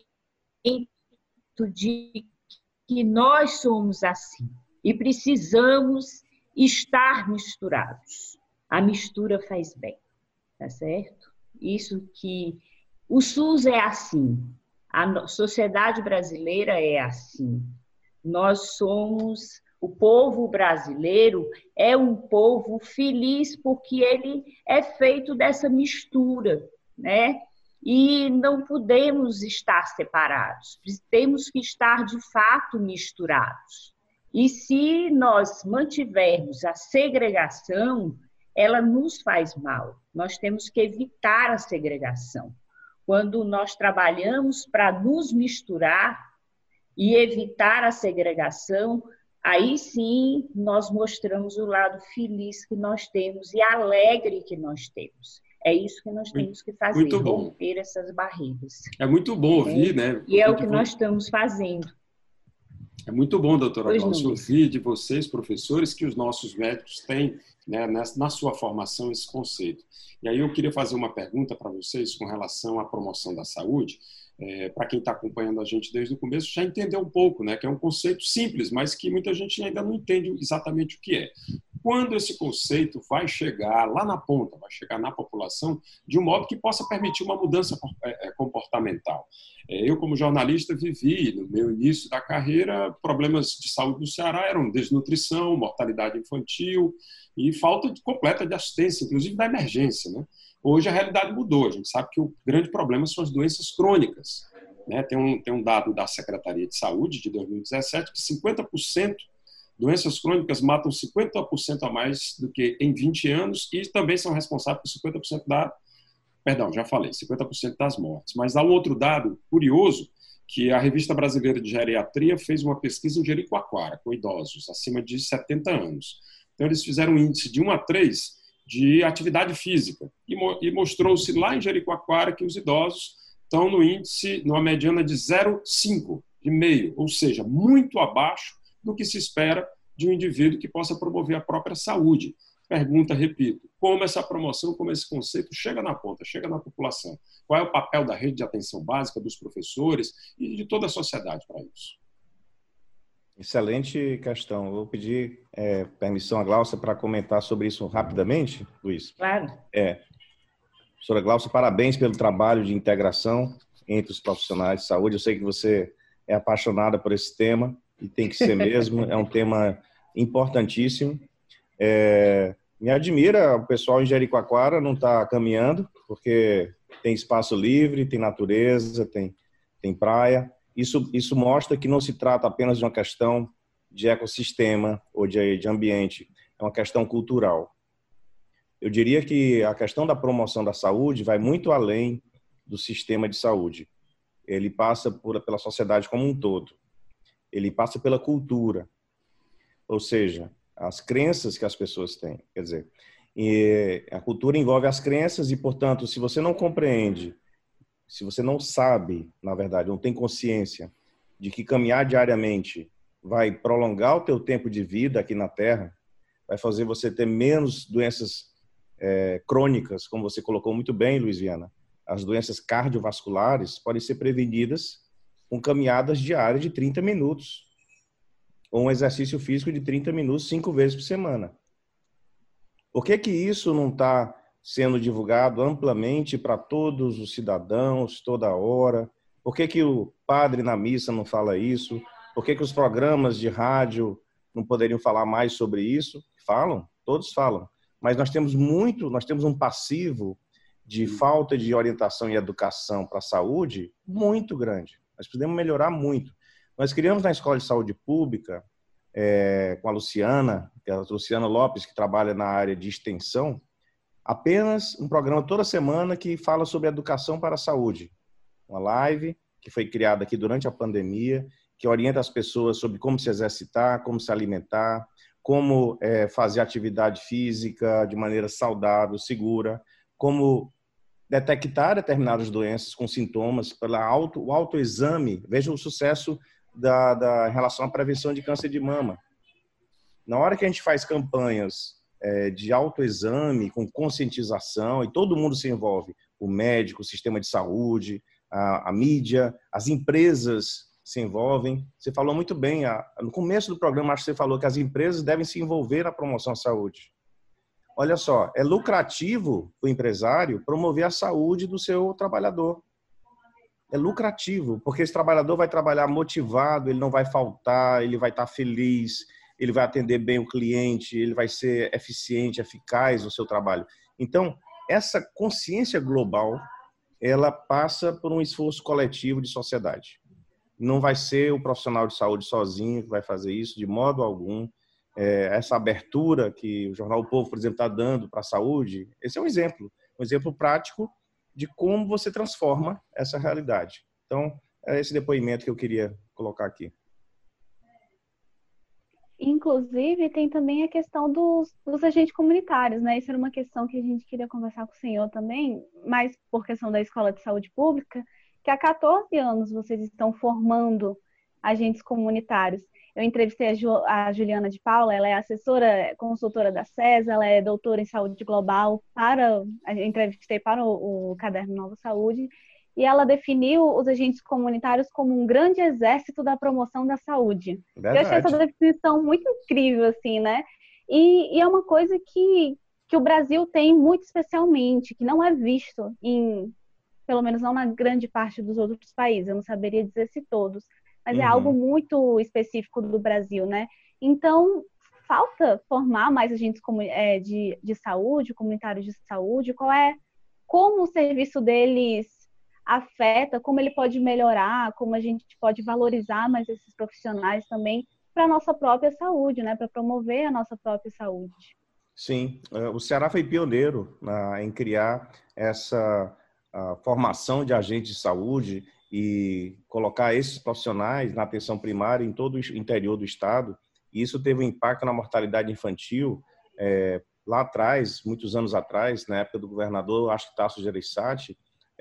de que nós somos assim e precisamos estar misturados. A mistura faz bem, tá certo? Isso que o SUS é assim, a sociedade brasileira é assim. Nós somos, o povo brasileiro é um povo feliz porque ele é feito dessa mistura, né? E não podemos estar separados, temos que estar de fato misturados. E se nós mantivermos a segregação, ela nos faz mal. Nós temos que evitar a segregação. Quando nós trabalhamos para nos misturar e evitar a segregação, aí sim nós mostramos o lado feliz que nós temos e alegre que nós temos. É isso que nós temos que fazer, muito bom. romper essas barreiras. É muito bom ouvir, né? E é o que nós estamos fazendo. É muito bom, doutora Glaucia, ouvir de vocês, professores, que os nossos médicos têm, né, na sua formação esse conceito. E aí eu queria fazer uma pergunta para vocês com relação à promoção da saúde. Para quem está acompanhando a gente desde o começo, já entendeu um pouco, né, que é um conceito simples, mas que muita gente ainda não entende exatamente o que é. Quando esse conceito vai chegar lá na ponta, vai chegar na população, de um modo que possa permitir uma mudança comportamental. Eu, como jornalista, vivi, no meu início da carreira, problemas de saúde no Ceará eram desnutrição, mortalidade infantil e falta completa de assistência, inclusive da emergência, né? Hoje a realidade mudou, a gente sabe que o grande problema são as doenças crônicas, né? Tem um dado da Secretaria de Saúde de 2017 que 50% doenças crônicas matam 50% a mais do que em 20 anos e também são responsáveis por 50% da... Perdão, já falei, 50% das mortes. Mas há um outro dado curioso, que a Revista Brasileira de Geriatria fez uma pesquisa em Jericoacoara, com idosos acima de 70 anos. Então eles fizeram um índice de 1 a 3 de atividade física e mostrou-se lá em Jericoacoara que os idosos estão no índice, numa mediana de 0,5, de meio, ou seja, muito abaixo do que se espera de um indivíduo que possa promover a própria saúde. Pergunta, repito, como essa promoção, como esse conceito chega na ponta, chega na população? Qual é o papel da rede de atenção básica, dos professores e de toda a sociedade para isso? Excelente questão. Vou pedir permissão à Glaucia para comentar sobre isso rapidamente, Luiz. Claro. Professora Glaucia, parabéns pelo trabalho de integração entre os profissionais de saúde. Eu sei que você é apaixonada por esse tema e tem que ser mesmo. É um tema importantíssimo. Me admira o pessoal em Jericoacoara não está caminhando, porque tem espaço livre, tem natureza, tem praia. Isso mostra que não se trata apenas de uma questão de ecossistema ou de ambiente, é uma questão cultural. Eu diria que a questão da promoção da saúde vai muito além do sistema de saúde. Ele passa pela sociedade como um todo. Ele passa pela cultura, ou seja, as crenças que as pessoas têm. Quer dizer, a cultura envolve as crenças e, portanto, se você não compreende, se você não sabe, na verdade, não tem consciência de que caminhar diariamente vai prolongar o teu tempo de vida aqui na Terra, vai fazer você ter menos doenças crônicas, como você colocou muito bem, Luiz Viana. As doenças cardiovasculares podem ser prevenidas com caminhadas diárias de 30 minutos ou um exercício físico de 30 minutos 5 vezes por semana. Por que isso não está sendo divulgado amplamente para todos os cidadãos, toda hora? Por que o padre na missa não fala isso? Por que os programas de rádio não poderiam falar mais sobre isso? Falam, todos falam. Mas nós temos um passivo de falta de orientação e educação para a saúde muito grande. Nós podemos melhorar muito. Nós criamos na Escola de Saúde Pública, com a Luciana, que é a Luciana Lopes, que trabalha na área de extensão, apenas um programa toda semana que fala sobre educação para a saúde. uma live que foi criada aqui durante a pandemia, que orienta as pessoas sobre como se exercitar, como se alimentar, como fazer atividade física de maneira saudável, segura, como detectar determinadas doenças com sintomas, o autoexame. Veja o sucesso em relação à prevenção de câncer de mama. Na hora que a gente faz campanhas de autoexame, com conscientização, e todo mundo se envolve, o médico, o sistema de saúde, a mídia, as empresas se envolvem. Você falou muito bem, no começo do programa, acho que você falou que as empresas devem se envolver na promoção à saúde. Olha só, é lucrativo para o empresário promover a saúde do seu trabalhador. É lucrativo, porque esse trabalhador vai trabalhar motivado, ele não vai faltar, ele vai estar feliz, ele vai atender bem o cliente, ele vai ser eficiente, eficaz no seu trabalho. Então, essa consciência global, ela passa por um esforço coletivo de sociedade. Não vai ser o profissional de saúde sozinho que vai fazer isso, de modo algum. Essa abertura que o Jornal O Povo, por exemplo, está dando para a saúde, esse é um exemplo prático de como você transforma essa realidade. Então, é esse depoimento que eu queria colocar aqui. Inclusive, tem também a questão dos agentes comunitários, né? Isso era uma questão que a gente queria conversar com o senhor também, mas por questão da Escola de Saúde Pública, que há 14 anos vocês estão formando agentes comunitários. Eu entrevistei a Juliana de Paula, ela é assessora, consultora da SESA, ela é doutora em saúde global, entrevistei para o Caderno Nova Saúde, e ela definiu os agentes comunitários como um grande exército da promoção da saúde. Verdade. Eu achei essa definição muito incrível, assim, né? E é uma coisa que o Brasil tem muito especialmente, que não é visto pelo menos não na grande parte dos outros países, eu não saberia dizer se todos, mas é algo muito específico do Brasil, né? Então, falta formar mais agentes de saúde, comunitários de saúde, como o serviço deles afeta, como ele pode melhorar, como a gente pode valorizar mais esses profissionais também para a nossa própria saúde, né? Para promover a nossa própria saúde. Sim, o Ceará foi pioneiro em criar essa formação de agentes de saúde e colocar esses profissionais na atenção primária em todo o interior do estado. E isso teve um impacto na mortalidade infantil lá atrás, muitos anos atrás, na época do governador Tasso Gereissati,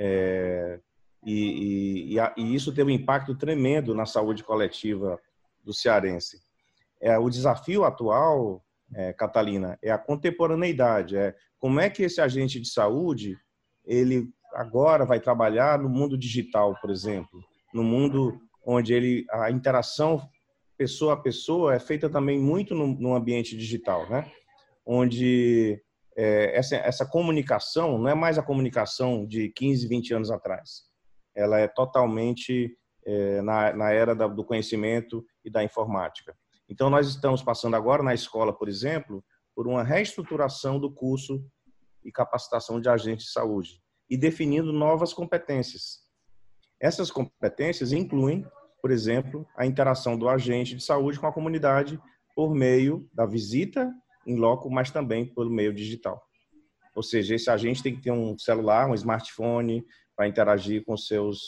e isso teve um impacto tremendo na saúde coletiva do cearense. O desafio atual, Catalina, é a contemporaneidade. Como é que esse agente de saúde, ele agora vai trabalhar no mundo digital, por exemplo, no mundo onde a interação pessoa a pessoa é feita também muito no ambiente digital, né? Onde essa comunicação não é mais a comunicação de 15, 20 anos atrás. Ela é totalmente na era do conhecimento e da informática. Então, nós estamos passando agora na escola, por exemplo, por uma reestruturação do curso e capacitação de agentes de saúde e definindo novas competências. Essas competências incluem, por exemplo, a interação do agente de saúde com a comunidade por meio da visita em loco, mas também pelo meio digital. Ou seja, esse agente tem que ter um celular, um smartphone, para interagir com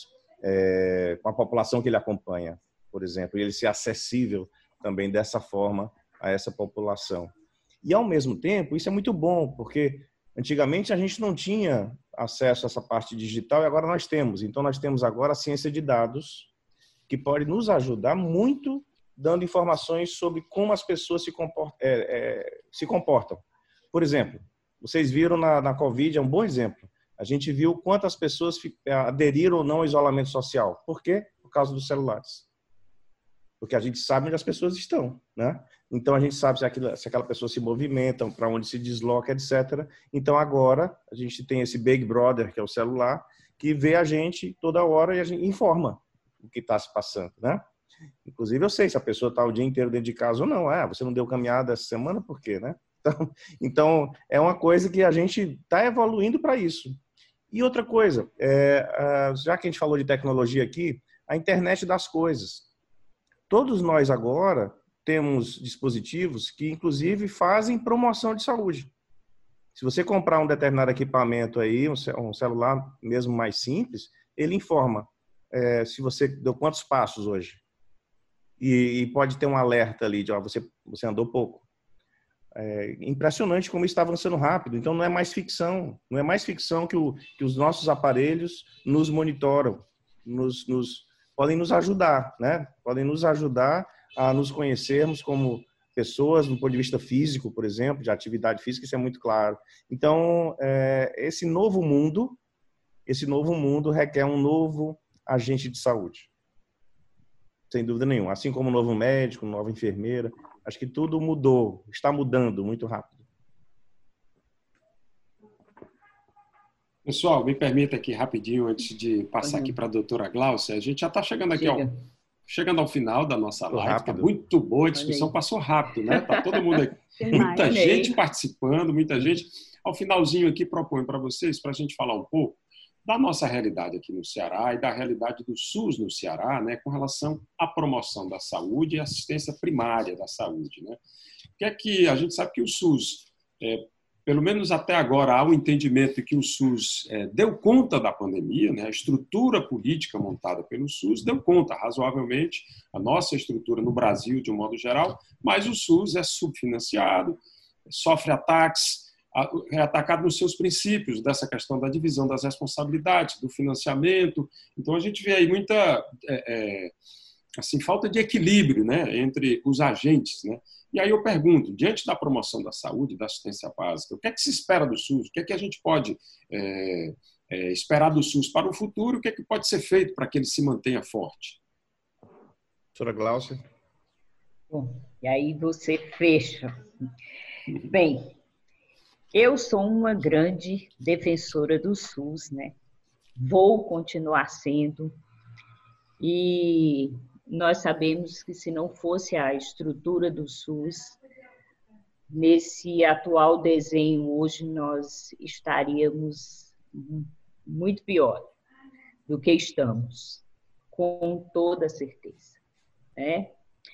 com a população que ele acompanha, por exemplo, e ele ser acessível também dessa forma a essa população. E, ao mesmo tempo, isso é muito bom, porque antigamente a gente não tinha acesso a essa parte digital e agora nós temos. Então, nós temos agora a ciência de dados, que pode nos ajudar muito, dando informações sobre como as pessoas se comportam. Por exemplo, vocês viram na Covid, é um bom exemplo. A gente viu quantas pessoas aderiram ou não ao isolamento social. Por quê? Por causa dos celulares. Porque a gente sabe onde as pessoas estão, né? Então, a gente sabe se aquela pessoa se movimenta, para onde se desloca, etc. Então, agora, a gente tem esse Big Brother, que é o celular, que vê a gente toda hora e a gente informa o que está se passando, né? Inclusive, eu sei se a pessoa está o dia inteiro dentro de casa ou não. Você não deu caminhada essa semana, por quê, né? Então, é uma coisa que a gente está evoluindo para isso. E outra coisa, já que a gente falou de tecnologia aqui, a internet das coisas. Todos nós agora temos dispositivos que, inclusive, fazem promoção de saúde. Se você comprar um determinado equipamento aí, um celular mesmo mais simples, ele informa se você deu quantos passos hoje. E pode ter um alerta ali de você andou pouco. É impressionante como está avançando rápido. Então não é mais ficção. Não é mais ficção que os nossos aparelhos nos monitoram, podem nos ajudar, né? Podem nos ajudar a nos conhecermos como pessoas, do ponto de vista físico, por exemplo, de atividade física, isso é muito claro. Então, esse novo mundo requer um novo agente de saúde. Sem dúvida nenhuma. Assim como um novo médico, uma nova enfermeira. Acho que tudo mudou, está mudando muito rápido. Pessoal, me permita aqui rapidinho, antes de passar aqui para a doutora Gláucia. A gente já está chegando aqui chegando ao final da nossa live. Está muito boa a discussão, passou rápido, né? Está todo mundo aqui. Muita gente participando, muita gente. Ao finalzinho aqui, proponho para vocês, para a gente falar um pouco da nossa realidade aqui no Ceará e da realidade do SUS no Ceará, né, com relação à promoção da saúde e assistência primária da saúde, né? Que é que a gente sabe que o SUS, pelo menos até agora, há um entendimento que o SUS deu conta da pandemia, né? A estrutura política montada pelo SUS deu conta razoavelmente, a nossa estrutura no Brasil, de um modo geral, mas o SUS é subfinanciado, sofre ataques, é atacado nos seus princípios, dessa questão da divisão das responsabilidades, do financiamento. Então, a gente vê aí muita falta de equilíbrio, né, entre os agentes, né? E aí eu pergunto, diante da promoção da saúde, da assistência básica, o que é que se espera do SUS? O que é que a gente pode esperar do SUS para o futuro? O que é que pode ser feito para que ele se mantenha forte? Doutora Gláucia. Bom, e aí você fecha. Bem, eu sou uma grande defensora do SUS, né? Vou continuar sendo. E nós sabemos que se não fosse a estrutura do SUS, nesse atual desenho hoje nós estaríamos muito pior do que estamos, com toda certeza, né?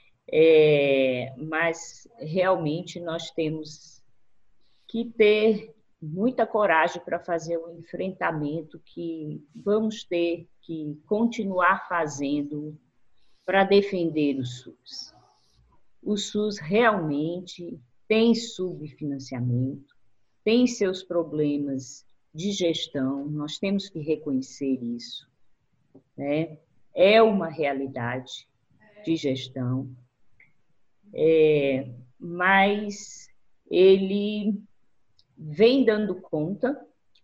Mas realmente nós temos que ter muita coragem para fazer o enfrentamento que vamos ter que continuar fazendo para defender o SUS. O SUS realmente tem subfinanciamento, tem seus problemas de gestão, nós temos que reconhecer isso, né? É uma realidade de gestão, mas ele vem dando conta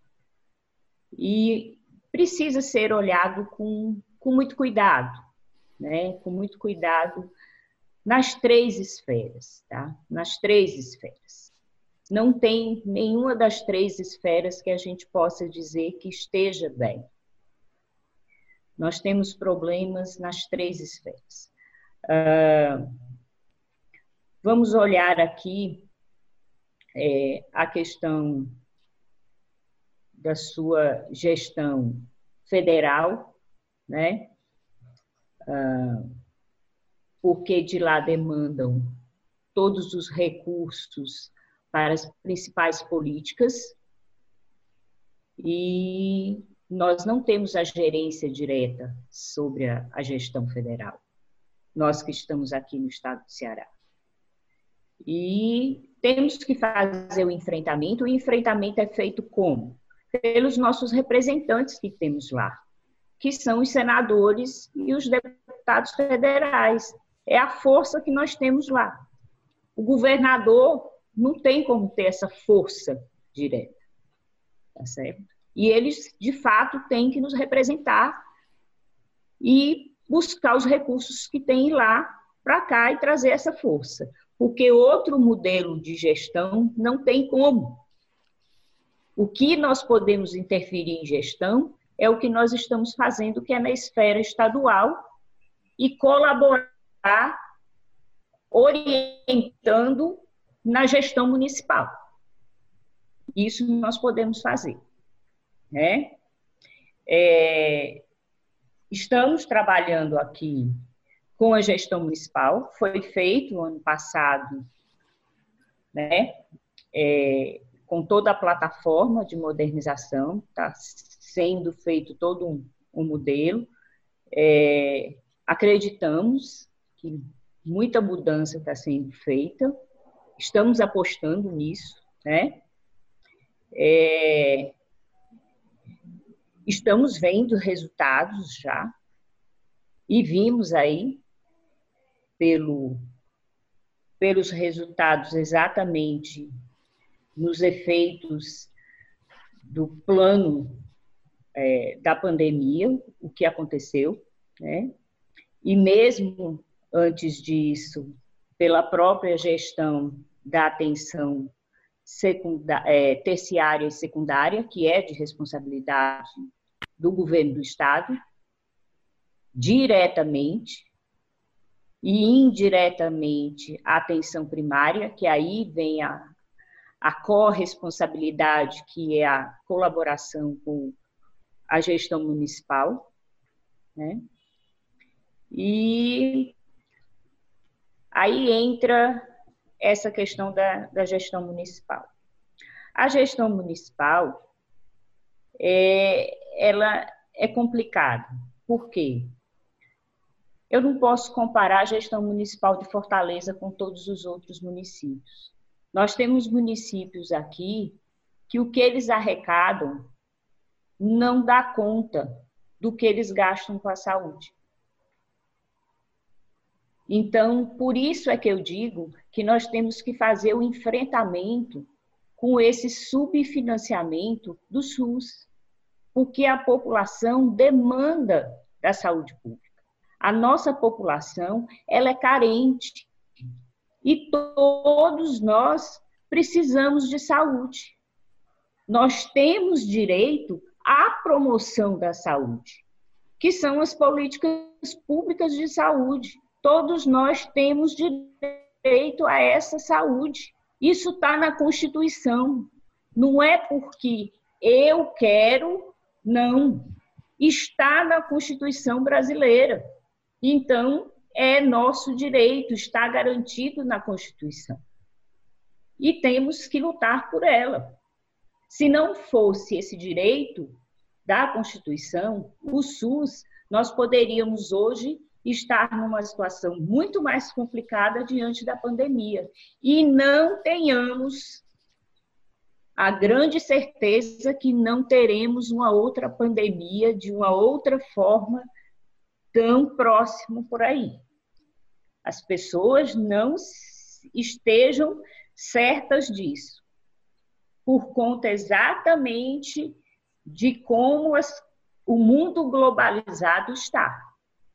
e precisa ser olhado com muito cuidado, né? Com muito cuidado nas 3 esferas, tá? Nas 3 esferas. Não tem nenhuma das 3 esferas que a gente possa dizer que esteja bem. Nós temos problemas nas 3 esferas. Vamos olhar aqui a questão da sua gestão federal, né? Porque de lá demandam todos os recursos para as principais políticas e nós não temos a gerência direta sobre a gestão federal, nós que estamos aqui no estado do Ceará. E temos que fazer o enfrentamento é feito como? Pelos nossos representantes que temos lá, que são os senadores e os deputados federais. É a força que nós temos lá. O governador não tem como ter essa força direta, tá certo? E eles, de fato, têm que nos representar e buscar os recursos que tem lá para cá e trazer essa força. Porque outro modelo de gestão não tem como. O que nós podemos interferir em gestão é o que nós estamos fazendo, que é na esfera estadual, e colaborar, orientando na gestão municipal. Isso nós podemos fazer, né? Estamos trabalhando aqui com a gestão municipal, foi feito no ano passado, né? Com toda a plataforma de modernização, está sendo feito todo um modelo. Acreditamos que muita mudança está sendo feita, estamos apostando nisso, né? Estamos vendo resultados já, e vimos aí, pelos resultados exatamente nos efeitos do plano da pandemia, o que aconteceu, né? E mesmo antes disso, pela própria gestão da atenção terciária e secundária, que é de responsabilidade do governo do Estado, diretamente, e indiretamente a atenção primária, que aí vem a corresponsabilidade, que é a colaboração com a gestão municipal, né? E aí entra essa questão da gestão municipal. A gestão municipal, ela é complicada. Por quê? Eu não posso comparar a gestão municipal de Fortaleza com todos os outros municípios. Nós temos municípios aqui que o que eles arrecadam não dá conta do que eles gastam com a saúde. Então, por isso é que eu digo que nós temos que fazer o enfrentamento com esse subfinanciamento do SUS, porque a população demanda da saúde pública. A nossa população, ela é carente e todos nós precisamos de saúde. Nós temos direito à promoção da saúde, que são as políticas públicas de saúde. Todos nós temos direito a essa saúde. Isso está na Constituição. Não é porque eu quero, não. Está na Constituição brasileira. Então, é nosso direito, está garantido na Constituição. E temos que lutar por ela. Se não fosse esse direito da Constituição, o SUS, nós poderíamos hoje estar numa situação muito mais complicada diante da pandemia. E não tenhamos a grande certeza que não teremos uma outra pandemia de uma outra forma tão próximo por aí. As pessoas não estejam certas disso, por conta exatamente de como o mundo globalizado está,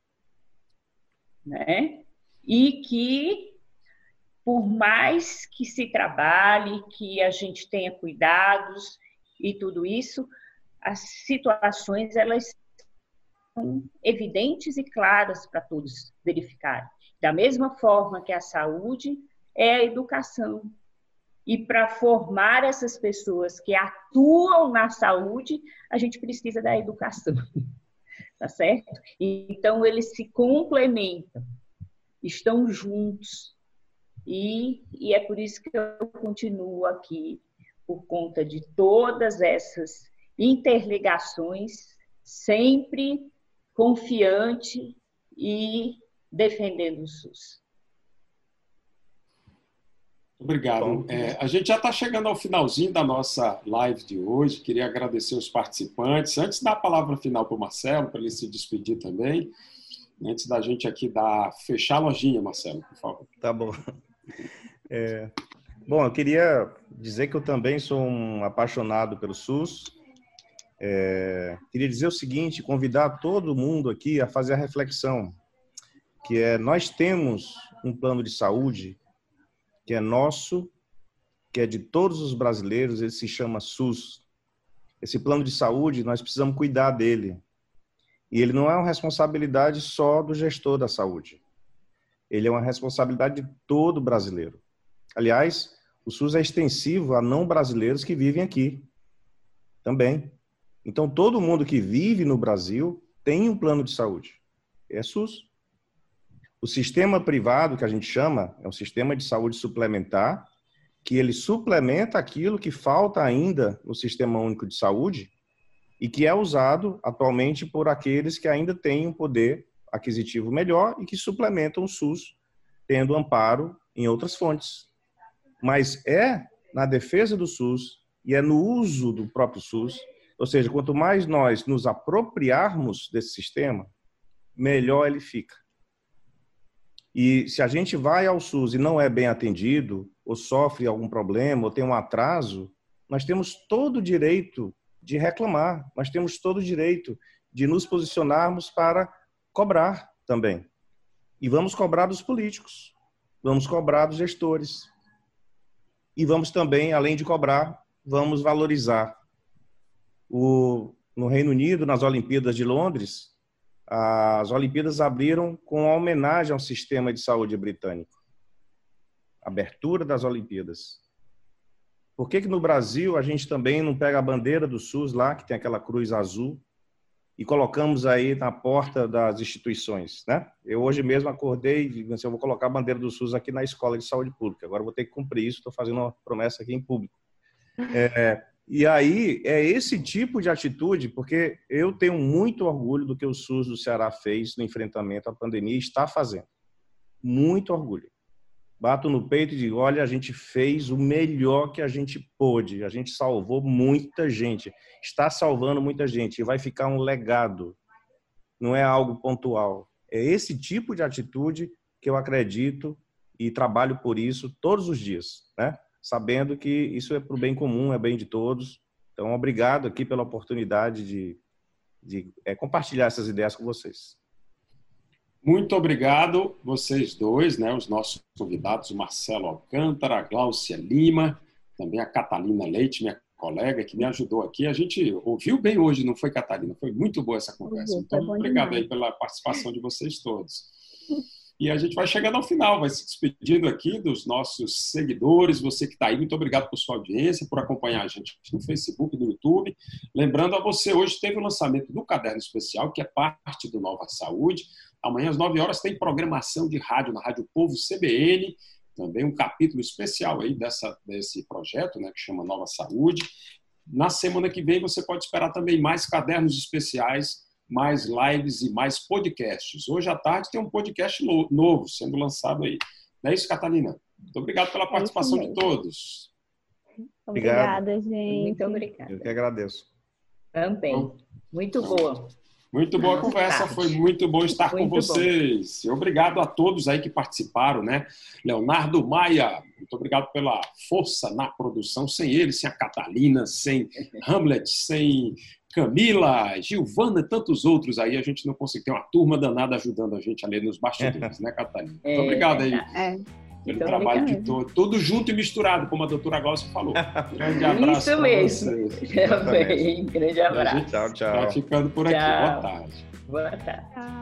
né? E que, por mais que se trabalhe, que a gente tenha cuidados e tudo isso, as situações, elas são evidentes e claras para todos verificarem. Da mesma forma que a saúde é a educação. E para formar essas pessoas que atuam na saúde, a gente precisa da educação. Tá certo? Então, eles se complementam, estão juntos. E é por isso que eu continuo aqui, por conta de todas essas interligações, sempre confiante e defendendo o SUS. Obrigado. A gente já está chegando ao finalzinho da nossa live de hoje. Queria agradecer os participantes. Antes de dar a palavra final para o Marcelo, para ele se despedir também, antes da gente aqui fechar a lojinha, Marcelo, por favor. Tá bom. Bom, eu queria dizer que eu também sou um apaixonado pelo SUS. Queria dizer o seguinte, convidar todo mundo aqui a fazer a reflexão, que nós temos um plano de saúde que é nosso, que é de todos os brasileiros, ele se chama SUS. Esse plano de saúde, nós precisamos cuidar dele. E ele não é uma responsabilidade só do gestor da saúde. Ele é uma responsabilidade de todo brasileiro. Aliás, o SUS é extensivo a não brasileiros que vivem aqui também. Então, todo mundo que vive no Brasil tem um plano de saúde. É SUS. O sistema privado, que a gente chama, é um sistema de saúde suplementar, que ele suplementa aquilo que falta ainda no Sistema Único de Saúde, e que é usado atualmente por aqueles que ainda têm um poder aquisitivo melhor e que suplementam o SUS, tendo amparo em outras fontes. Mas é na defesa do SUS e é no uso do próprio SUS, ou seja, quanto mais nós nos apropriarmos desse sistema, melhor ele fica. E se a gente vai ao SUS e não é bem atendido, ou sofre algum problema, ou tem um atraso, nós temos todo o direito de reclamar, nós temos todo o direito de nos posicionarmos para cobrar também. E vamos cobrar dos políticos, vamos cobrar dos gestores. E vamos também, além de cobrar, vamos valorizar. No Reino Unido, nas Olimpíadas de Londres, as Olimpíadas abriram com uma homenagem ao sistema de saúde britânico. Abertura das Olimpíadas. Por que no Brasil a gente também não pega a bandeira do SUS lá, que tem aquela cruz azul, e colocamos aí na porta das instituições, né? Eu hoje mesmo acordei e disse, eu vou colocar a bandeira do SUS aqui na Escola de Saúde Pública. Agora eu vou ter que cumprir isso, estou fazendo uma promessa aqui em público. E aí é esse tipo de atitude, porque eu tenho muito orgulho do que o SUS do Ceará fez no enfrentamento à pandemia e está fazendo. Muito orgulho. Bato no peito e digo, olha, a gente fez o melhor que a gente pôde. A gente salvou muita gente. Está salvando muita gente. E vai ficar um legado. Não é algo pontual. É esse tipo de atitude que eu acredito e trabalho por isso todos os dias, né? Sabendo que isso é para o bem comum, é bem de todos. Então, obrigado aqui pela oportunidade de compartilhar essas ideias com vocês. Muito obrigado, vocês dois, né, os nossos convidados, o Marcelo Alcântara, a Gláucia Lima, também a Catalina Leite, minha colega, que me ajudou aqui. A gente ouviu bem hoje, não foi, Catalina? Foi muito boa essa conversa. Então, obrigado aí pela participação de vocês todos. E a gente vai chegando ao final, vai se despedindo aqui dos nossos seguidores, você que está aí, muito obrigado por sua audiência, por acompanhar a gente no Facebook, no YouTube. Lembrando a você, hoje teve o lançamento do Caderno Especial, que é parte do Nova Saúde. Amanhã, às 9 horas, tem programação de rádio na Rádio Povo CBN, também um capítulo especial aí desse projeto, né, que chama Nova Saúde. Na semana que vem, você pode esperar também mais cadernos especiais, mais lives e mais podcasts. Hoje à tarde tem um podcast novo sendo lançado aí. Não é isso, Catalina? Muito obrigado pela participação de todos. Obrigada, gente. Muito obrigada. Eu que agradeço. Também. Muito boa. Muito boa a conversa, foi muito bom estar com vocês. Obrigado a todos aí que participaram, né? Leonardo Maia, muito obrigado pela força na produção. Sem ele, sem a Catalina, sem Hamlet, sem Camila, Gilvana, tantos outros aí, a gente não conseguiu ter uma turma danada ajudando a gente ali nos bastidores, né, Catalina? Muito obrigado aí pelo trabalho de todos. Tudo junto e misturado, como a doutora Gláucia falou. Grande abraço. Isso mesmo. Grande abraço. Tchau, tchau. Tá ficando por aqui. Tchau. Boa tarde. Boa tarde.